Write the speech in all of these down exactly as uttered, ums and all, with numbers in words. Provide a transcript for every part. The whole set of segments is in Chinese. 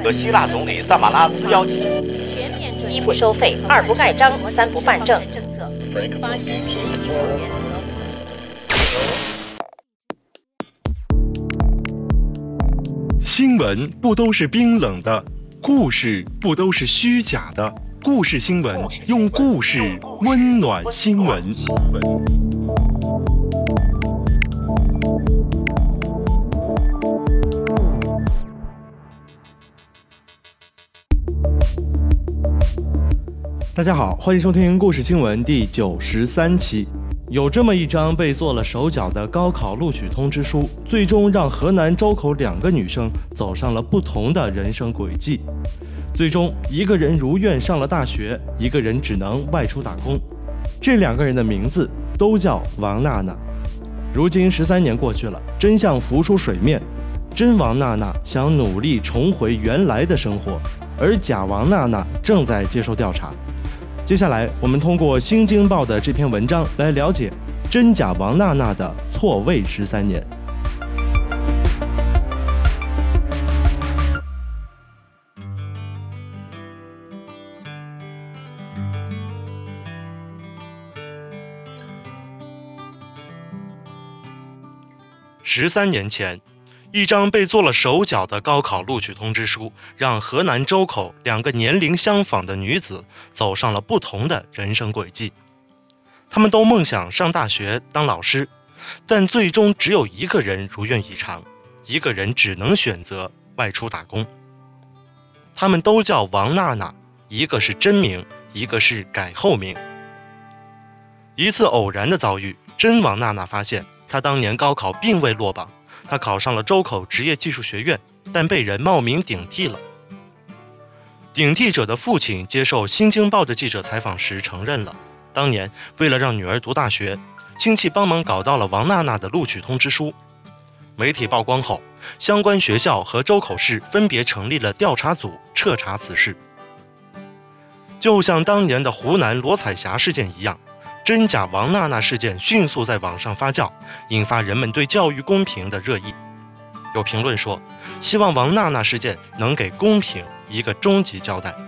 和希腊总理萨马拉斯邀请。 一不收费，二不盖章，三不办证。 新闻不都是冰冷的，故事不都是虚假的。故事新闻用故事温暖新闻。 大家好，欢迎收听故事新闻第九十三期。有这么一张被做了手脚的高考录取通知书，最终让河南周口两个女生走上了不同的人生轨迹。最终，一个人如愿上了大学，一个人只能外出打工。这两个人的名字都叫王娜娜。如今十三年过去了，真相浮出水面，真王娜娜想努力重回原来的生活，而假王娜娜正在接受调查。接下来，我们通过《新京报》的这篇文章来了解真假王娜娜的错位十三年。 十三年前，一张被做了手脚的高考录取通知书，让河南周口两个年龄相仿的女子走上了不同的人生轨迹。她们都梦想上大学当老师，但最终只有一个人如愿以偿，一个人只能选择外出打工。她们都叫王娜娜，一个是真名，一个是改后名。一次偶然的遭遇，真王娜娜发现她当年高考并未落榜，他考上了周口职业技术学院，但被人冒名顶替了。顶替者的父亲接受《新京报》的记者采访时承认了，当年为了让女儿读大学，亲戚帮忙搞到了王娜娜的录取通知书。媒体曝光后，相关学校和周口市分别成立了调查组彻查此事。就像当年的湖南罗彩霞事件一样，真假王娜娜事件迅速在网上发酵，引发人们对教育公平的热议。有评论说，希望王娜娜事件能给公平一个终极交代。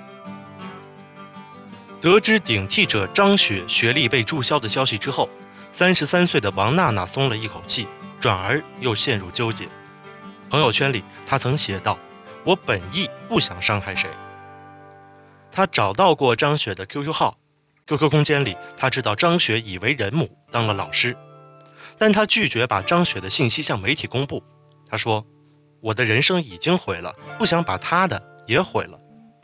得知顶替者张雪学历被注销的消息之后，三十三岁的王娜娜松了一口气，转而又陷入纠结。朋友圈里，她曾写道：“我本意不想伤害谁。”她找到过张雪的 Q Q 号。Q Q 空间里，他知道张雪已为人母，当了老师，但他拒绝把张雪的信息向媒体公布。他说：“我的人生已经毁了，不想把他的也毁了。”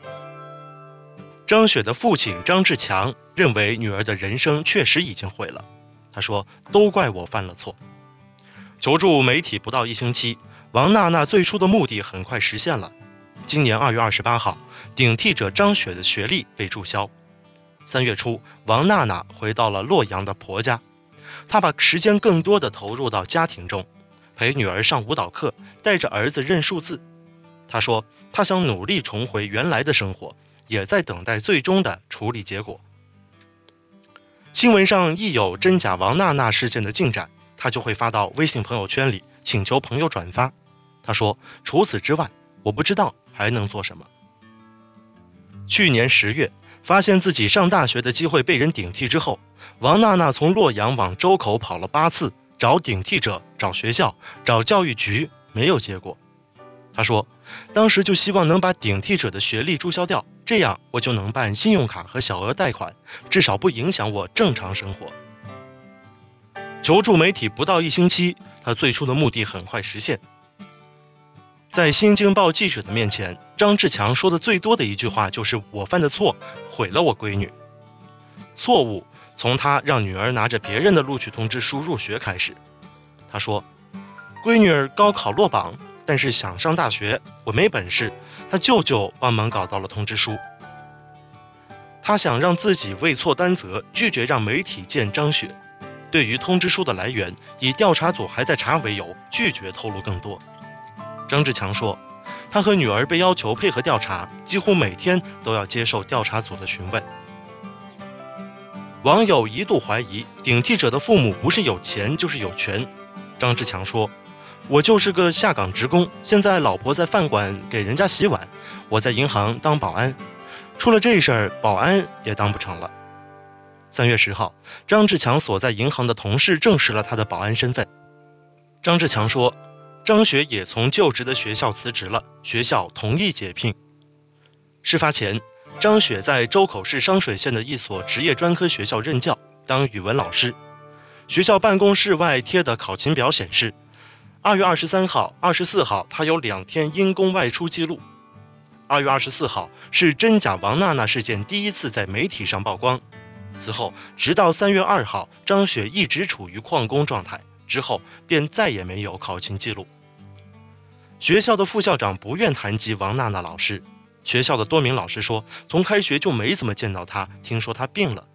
张雪的父亲张志强认为女儿的人生确实已经毁了。他说：“都怪我犯了错。”求助媒体不到一星期，王娜娜最初的目的很快实现了。今年二月二十八号，顶替者张雪的学历被注销。三月初，王娜娜回到了洛阳的婆家，她把时间更多地投入到家庭中，陪女儿上舞蹈课，带着儿子认数字。她说，她想努力重回原来的生活，也在等待最终的处理结果。新闻上一有真假王娜娜事件的进展，她就会发到微信朋友圈里，请求朋友转发。她说，除此之外，我不知道还能做什么。去年十月，发现自己上大学的机会被人顶替之后，王娜娜从洛阳往周口跑了八次，找顶替者，找学校，找教育局，没有结果。她说，当时就希望能把顶替者的学历注销掉，这样我就能办信用卡和小额贷款，至少不影响我正常生活。求助媒体不到一星期，她最初的目的很快实现。在《新京报》记者的面前，张志强说的最多的一句话就是“我犯的错，毁了我闺女”。错误从他让女儿拿着别人的录取通知书入学开始。他说，闺女儿高考落榜，但是想上大学，我没本事，他舅舅帮忙搞到了通知书。他想让自己为错担责，拒绝让媒体见张雪。对于通知书的来源，以调查组还在查为由，拒绝透露更多。张志强说，他和女儿被要求配合调查，几乎每天都要接受调查组的询问。网友一度怀疑顶替者的父母不是有钱就是有权。张志强说， 我就是个下岗职工，现在老婆在饭馆给人家洗碗，我在银行当保安，出了这事儿，保安也当不成了。三月十号，张志强所在银行的同事证实了他的保安身份。张志强说，张雪也从就职的学校辞职了，学校同意解聘。事发前，张雪在周口市商水县的一所职业专科学校任教，当语文老师。学校办公室外贴的考勤表显示，二月二十三号、二十四号，他有两天因公外出记录。二月二十四号是真假王娜娜事件第一次在媒体上曝光，此后直到三月二号，张雪一直处于旷工状态，之后便再也没有考勤记录。学校的副校长不愿谈及王娜娜老师，学校的多名老师说，从开学就没怎么见到她，听说她病了。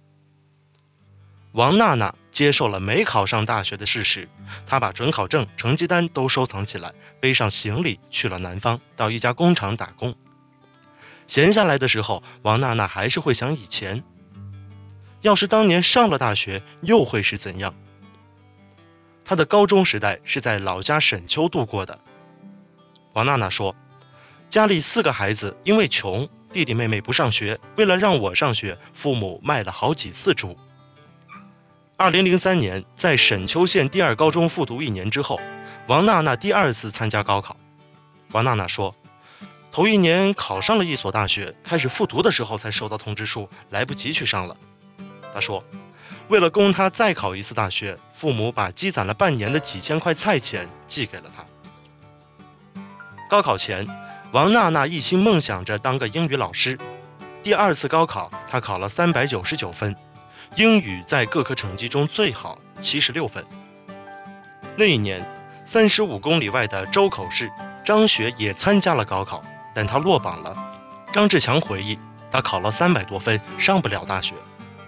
王娜娜接受了没考上大学的事实，她把准考证、成绩单都收藏起来，背上行李去了南方，到一家工厂打工。闲下来的时候，王娜娜还是会想以前，要是当年上了大学，又会是怎样？她的高中时代是在老家沈丘度过的。王娜娜说，家里四个孩子，因为穷，弟弟妹妹不上学，为了让我上学，父母卖了好几次猪。二零零三年，在沈丘县第二高中复读一年之后，王娜娜第二次参加高考。王娜娜说，头一年考上了一所大学，开始复读的时候才收到通知书，来不及去上了。她说，为了供她再考一次大学，父母把积攒了半年的几千块菜钱寄给了她。高考前，王娜娜一心梦想着当个英语老师。第二次高考，她考了三百九十九分，英语在各科成绩中最好，七十六分。那一年，三十五公里外的周口市，张雪也参加了高考，但她落榜了。张志强回忆，他考了三百多分，上不了大学。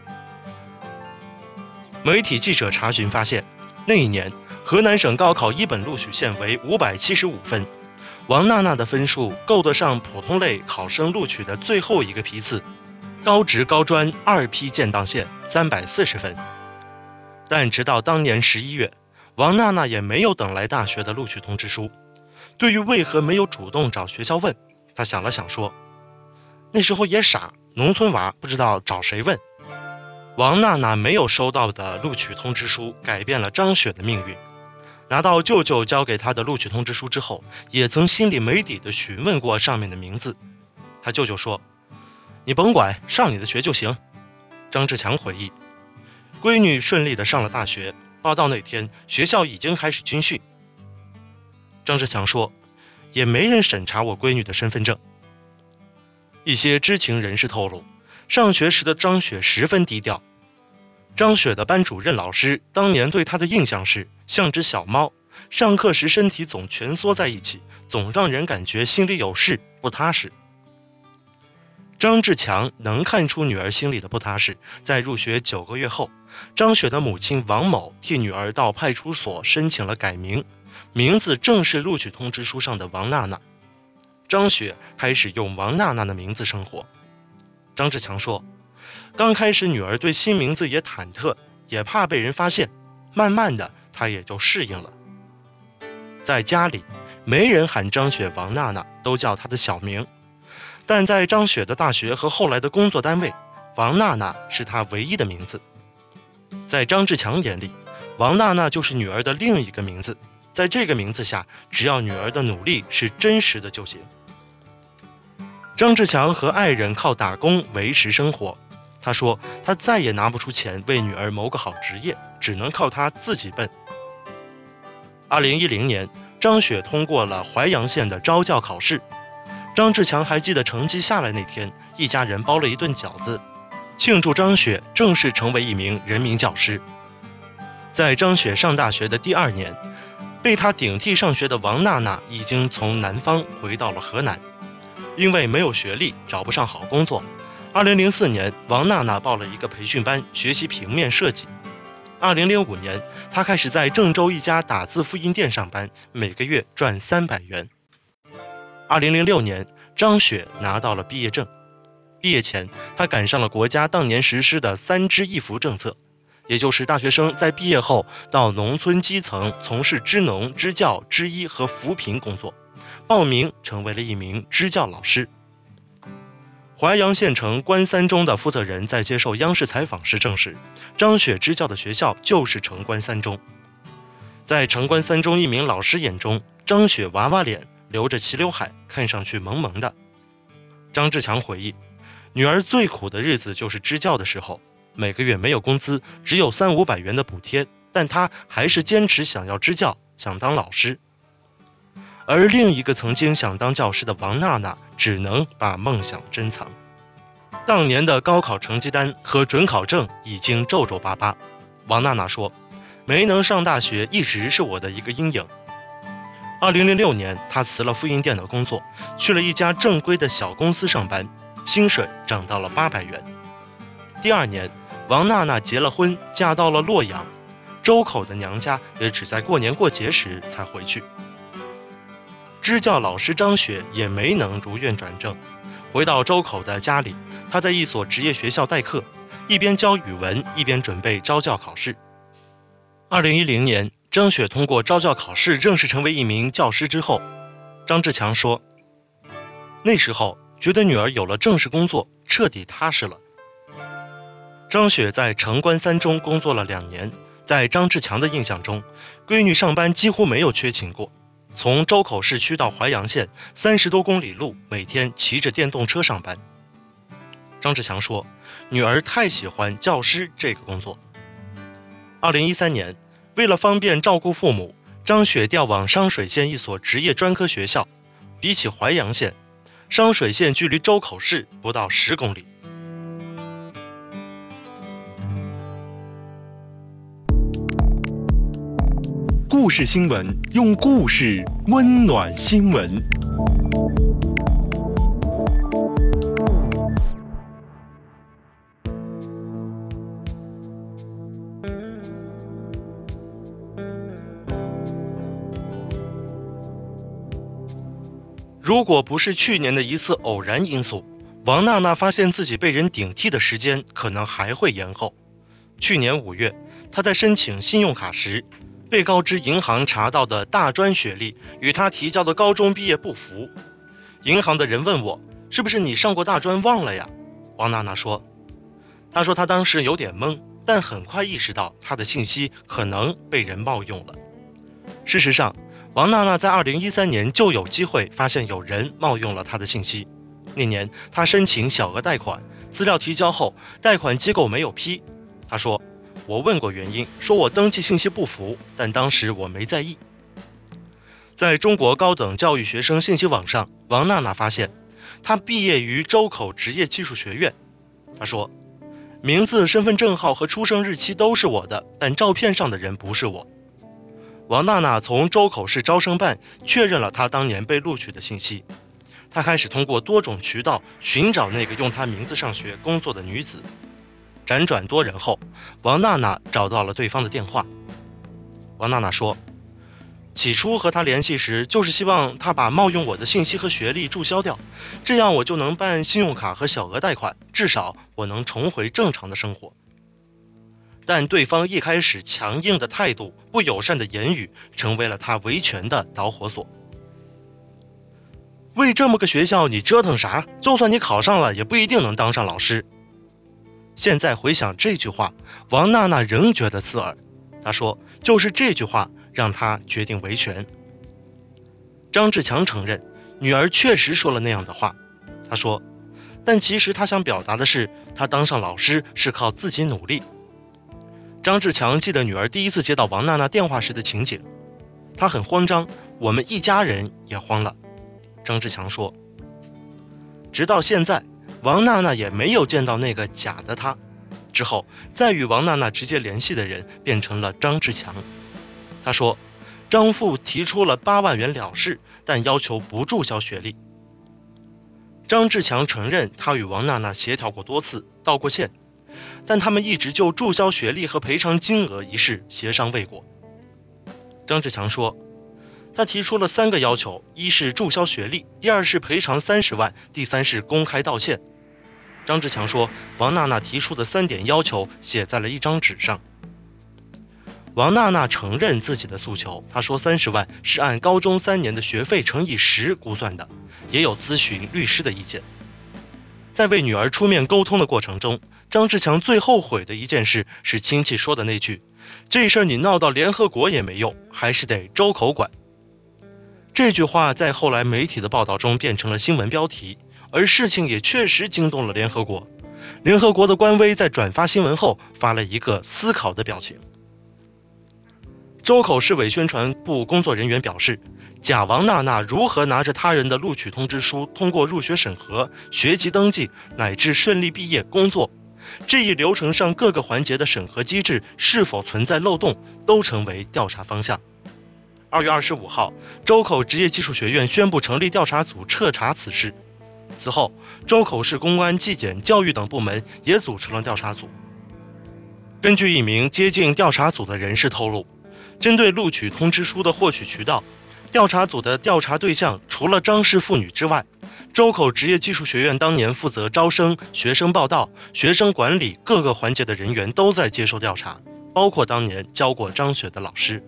媒体记者查询发现，那一年河南省高考一本录取线为五百七十五分，王娜娜的分数够得上普通类考生录取的最后一个批次，高职高专二批建档线三百四十分。但直到当年十一月，王娜娜也没有等来大学的录取通知书。对于为何没有主动找学校问，她想了想说，那时候也傻，农村娃不知道找谁问。王娜娜没有收到的录取通知书改变了张雪的命运。拿到舅舅交给她的录取通知书之后，也曾心里没底地询问过上面的名字。她舅舅说，你甭管，上你的学就行。张志强回忆，闺女顺利地上了大学，报到那天，学校已经开始军训。张志强说，也没人审查我闺女的身份证。一些知情人士透露，上学时的张雪十分低调。张雪的班主任老师当年对她的印象是像只小猫，上课时身体总蜷缩在一起，总让人感觉心里有事，不踏实。张志强能看出女儿心里的不踏实，在入学九个月后，张雪的母亲王某替女儿到派出所申请了改名，名字正是录取通知书上的王娜娜。张雪开始用王娜娜的名字生活。张志强说，刚开始女儿对新名字也忐忑，也怕被人发现，慢慢的她也就适应了。在家里，没人喊张雪王娜娜，都叫她的小名。但在张雪的大学和后来的工作单位，王娜娜是她唯一的名字。在张志强眼里，王娜娜就是女儿的另一个名字，在这个名字下，只要女儿的努力是真实的就行。张志强和爱人靠打工维持生活，他说他再也拿不出钱为女儿谋个好职业，只能靠他自己奔。二零一零年，张雪通过了淮阳县的招教考试。张志强还记得成绩下来那天，一家人包了一顿饺子，庆祝张雪正式成为一名人民教师。在张雪上大学的第二年，被她顶替上学的王娜娜已经从南方回到了河南。因为没有学历，找不上好工作，二零零四年，王娜娜报了一个培训班，学习平面设计。二零零五年，她开始在郑州一家打字复印店上班，每个月赚三百元。二零零六年，张雪拿到了毕业证。毕业前，她赶上了国家当年实施的三支一扶政策， 也就是大学生在毕业后到农村基层从事支农、支教、支医和扶贫工作，报名成为了一名支教老师。淮阳县城关三中的负责人在接受央视采访时证实，张雪支教的学校就是城关三中。在城关三中一名老师眼中，张雪娃娃脸，留着齐刘海，看上去萌萌的。张志强回忆，女儿最苦的日子就是支教的时候，每个月没有工资，只有三五百元的补贴，但她还是坚持想要支教，想当老师。而另一个曾经想当教师的王娜娜，只能把梦想珍藏。当年的高考成绩单和准考证已经皱皱巴巴，王娜娜说，没能上大学一直是我的一个阴影。二零零六年，她辞了复印店的工作，去了一家正规的小公司上班，薪水涨到了八百元。第二年，王娜娜结了婚，嫁到了洛阳，周口的娘家也只在过年过节时才回去。支教老师张雪也没能如愿转正，回到周口的家里，她在一所职业学校代课，一边教语文，一边准备招教考试。二零一零年，张雪通过招教考试正式成为一名教师之后，张志强说，那时候觉得女儿有了正式工作，彻底踏实了。张雪在城关三中工作了两年，在张志强的印象中，闺女上班几乎没有缺勤过。从周口市区到淮阳县，三十多公里路，每天骑着电动车上班。张志强说，女儿太喜欢教师这个工作。二零一三年，为了方便照顾父母，张雪调往商水县一所职业专科学校。比起淮阳县，商水县距离周口市不到十公里。 故事新闻，用故事温暖新闻。 如果不是去年的一次偶然因素，王娜娜发现自己被人顶替的时间可能还会延后。去年五月，她在申请信用卡时，被告知银行查到的大专学历与她提交的高中毕业不符。银行的人问我，是不是你上过大专忘了呀？王娜娜说，她说她当时有点懵，但很快意识到她的信息可能被人冒用了。事实上，王娜娜在二零一三年就有机会发现有人冒用了她的信息。那年她申请小额贷款，资料提交后，贷款机构没有批。她说，我问过原因，说我登记信息不符，但当时我没在意。在中国高等教育学生信息网上，王娜娜发现她毕业于周口职业技术学院。她说，名字、身份证号和出生日期都是我的，但照片上的人不是我。王娜娜从周口市招生办确认了她当年被录取的信息。她开始通过多种渠道寻找那个用她名字上学工作的女子。辗转多人后，王娜娜找到了对方的电话。王娜娜说，起初和她联系时，就是希望她把冒用我的信息和学历注销掉，这样我就能办信用卡和小额贷款，至少我能重回正常的生活。但对方一开始强硬的态度、不友善的言语，成为了他维权的导火索。为这么个学校你折腾啥？就算你考上了，也不一定能当上老师。现在回想这句话，王娜娜仍觉得刺耳。她说，就是这句话让她决定维权。张志强承认，女儿确实说了那样的话。他说，但其实他想表达的是，他当上老师是靠自己努力。张志强记得女儿第一次接到王娜娜电话时的情景，她很慌张，我们一家人也慌了。张志强说，直到现在，王娜娜也没有见到那个假的她。之后，再与王娜娜直接联系的人变成了张志强。他说，张父提出了八万元了事，但要求不注销学历。张志强承认他与王娜娜协调过多次，道过歉，但他们一直就注销学历和赔偿金额一事协商未果。张志强说，他提出了三个要求，一是注销学历，第二是赔偿三十万，第三是公开道歉。张志强说，王娜娜提出的三点要求写在了一张纸上， 王娜娜承认自己的诉求，她说三十万是按高中三年的学费乘以十估算的，也有咨询律师的意见。在为女儿出面沟通的过程中，张志强最后悔的一件事是亲戚说的那句：“这事儿你闹到联合国也没用，还是得周口管。”这句话在后来媒体的报道中变成了新闻标题，而事情也确实惊动了联合国。联合国的官微在转发新闻后发了一个思考的表情。周口市委宣传部工作人员表示，贾王娜娜如何拿着他人的录取通知书通过入学审核、学籍登记乃至顺利毕业工作，这一流程上各个环节的审核机制是否存在漏洞，都成为调查方向。二月二十五号，周口职业技术学院宣布成立调查组彻查此事。此后，周口市公安、纪检、教育等部门也组成了调查组。根据一名接近调查组的人士透露，针对录取通知书的获取渠道，调查组的调查对象除了张氏妇女之外，周口职业技术学院当年负责招生、学生报到、学生管理各个环节的人员都在接受调查，包括当年教过张雪的老师。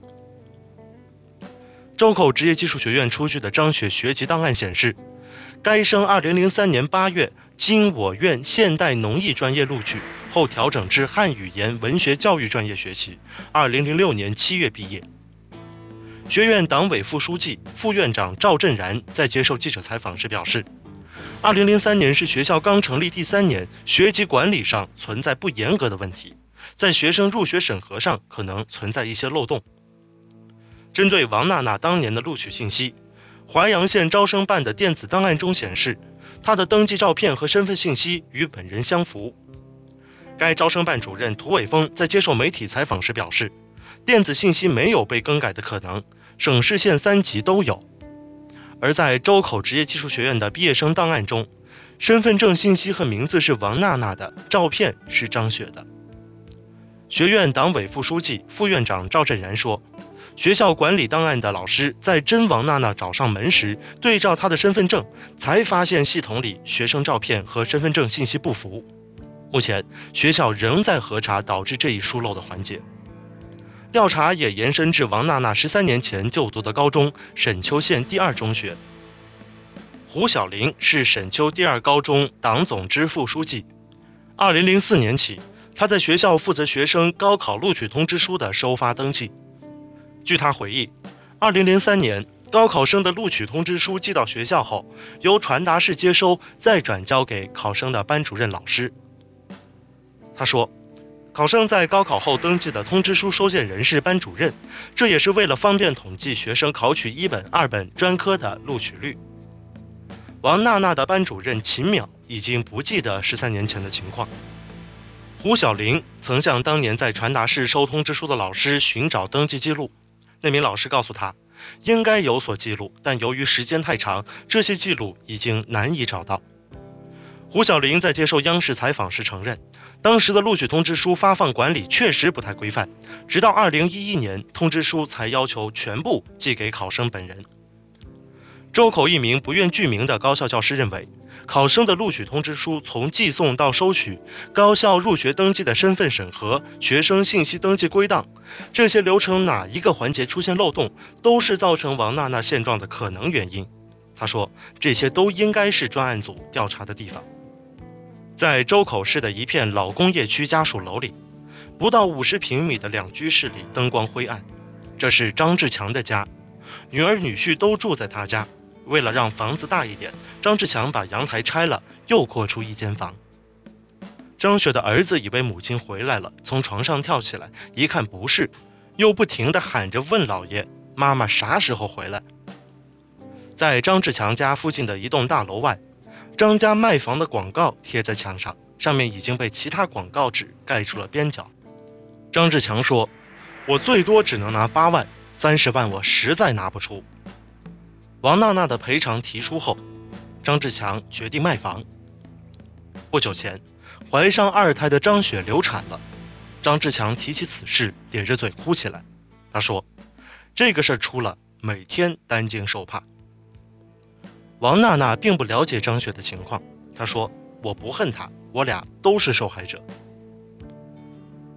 周口职业技术学院出具的张雪学籍档案显示，该生二零零三年八月经我院现代农艺专业录取，后调整至汉语言文学教育专业学习，二零零六年七月毕业。学院党委副书记、副院长赵振然在接受记者采访时表示，二零零三年是学校刚成立第三年，学籍管理上存在不严格的问题，在学生入学审核上可能存在一些漏洞。针对王娜娜当年的录取信息，淮阳县招生办的电子档案中显示，她的登记照片和身份信息与本人相符。该招生办主任涂伟峰在接受媒体采访时表示，电子信息没有被更改的可能，省市县三级都有。而在周口职业技术学院的毕业生档案中，身份证信息和名字是王娜娜的，照片是张雪的。学院党委副书记、副院长赵振然说，学校管理档案的老师在真王娜娜找上门时，对照她的身份证，才发现系统里学生照片和身份证信息不符。目前，学校仍在核查导致这一疏漏的环节。调查也延伸至王娜娜十三年前就读的高中沈丘县第二中学。胡小玲是沈丘第二高中党总支副书记。二零零四年起，她在学校负责学生高考录取通知书的收发登记。据他回忆，二零零三年高考生的录取通知书寄到学校后，由传达室接收，再转交给考生的班主任老师。他说，考生在高考后登记的通知书收件人是班主任，这也是为了方便统计学生考取一本、二本专科的录取率。王娜娜的班主任秦淼已经不记得十三年前的情况。胡小玲曾向当年在传达室收通知书的老师寻找登记记录，那名老师告诉他，应该有所记录，但由于时间太长，这些记录已经难以找到。胡小玲在接受央视采访时承认，当时的录取通知书发放管理确实不太规范，直到二零一一年，通知书才要求全部寄给考生本人。周口一名不愿具名的高校教师认为，考生的录取通知书从寄送到收取、高校入学登记的身份审核、学生信息登记归档，这些流程哪一个环节出现漏洞，都是造成王娜娜现状的可能原因。他说，这些都应该是专案组调查的地方。在周口市的一片老工业区家属楼里，不到五十平米的两居室里灯光灰暗，这是张志强的家，女儿女婿都住在他家。为了让房子大一点，张志强把阳台拆了，又扩出一间房。张雪的儿子以为母亲回来了，从床上跳起来，一看不是，又不停地喊着问老爷，妈妈啥时候回来？在张志强家附近的一栋大楼外，张家卖房的广告贴在墙上，上面已经被其他广告纸盖住了边角。张志强说，我最多只能拿八万，三十万我实在拿不出。王娜娜的赔偿提出后，张志强决定卖房。不久前，怀上二胎的张雪流产了，张志强提起此事，咧着嘴哭起来。他说，这个事儿出了，每天担惊受怕。王娜娜并不了解张雪的情况，她说，我不恨她，我俩都是受害者。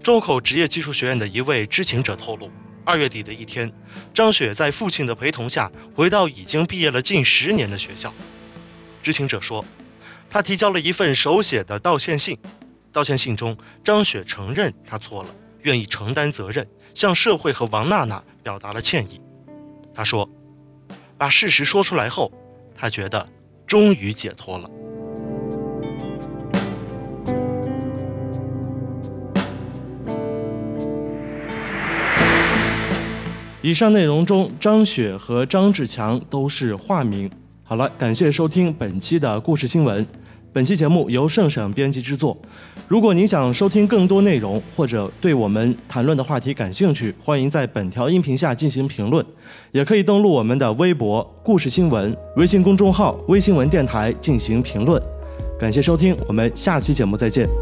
周口职业技术学院的一位知情者透露，二月底的一天，张雪在父亲的陪同下回到已经毕业了近十年的学校。知情者说，他提交了一份手写的道歉信，道歉信中，张雪承认他错了，愿意承担责任，向社会和王娜娜表达了歉意。他说，把事实说出来后，他觉得终于解脱了。 以上内容中，张雪和张志强都是化名。好了，感谢收听本期的故事新闻。本期节目由圣省编辑制作。如果您想收听更多内容，或者对我们谈论的话题感兴趣，欢迎在本条音频下进行评论，也可以登录我们的微博“故事新闻”微信公众号“微新闻电台”进行评论。感谢收听，我们下期节目再见。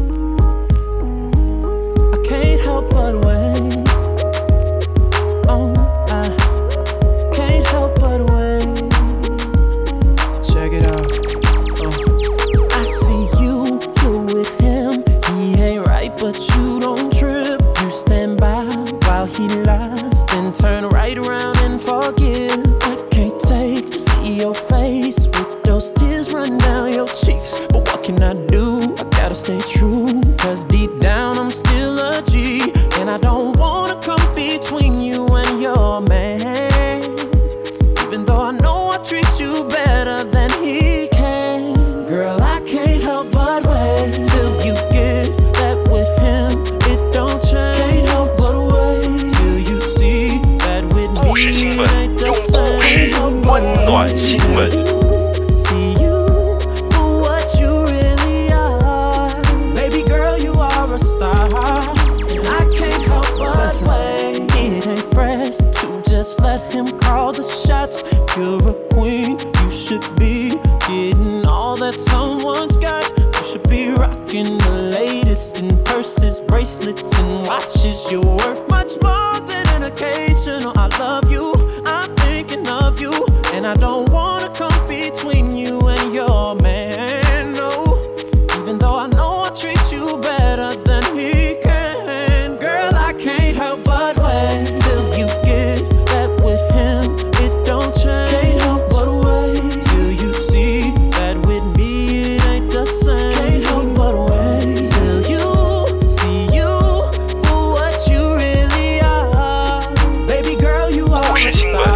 Turn right around and forgive. I can't take to see your face with those tears run down your cheeks. But what can I do? I gotta stay true, cause deep down I'm still a G. And I don't wanna come between you and your man, even though I know I treat you better than he can. Girl, I can't help but wait till you get that with him. It don't change. Can't help but wait till you see that with me. 故事新闻，用故事温暖新闻。 See you for what you really are. Baby girl, you are a star. And I can't help but wait. It ain't fresh to just let him call the shots. You're a queen, you should be getting all that someone's got. You should be rocking the latest in purses, bracelets, and watches. You're worth much more than an occasional I love you, I'm thinking of you. And I don't wanna come between you and your man, no. Even though I know I treat you better than he can. Girl, I can't help but wait till you get that with him. It don't change. Can't help but wait till you see that with me it ain't the same. Can't help but wait till you see you for what you really are. Baby girl, you are a star.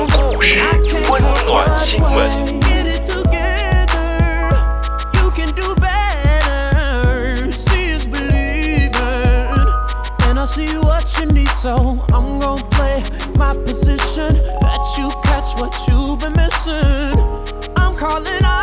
I can't help but wait. Get it together. You can do better. See is believing. And I see what you need, so I'm gonna play my position. Let you catch what you've been missing. I'm calling out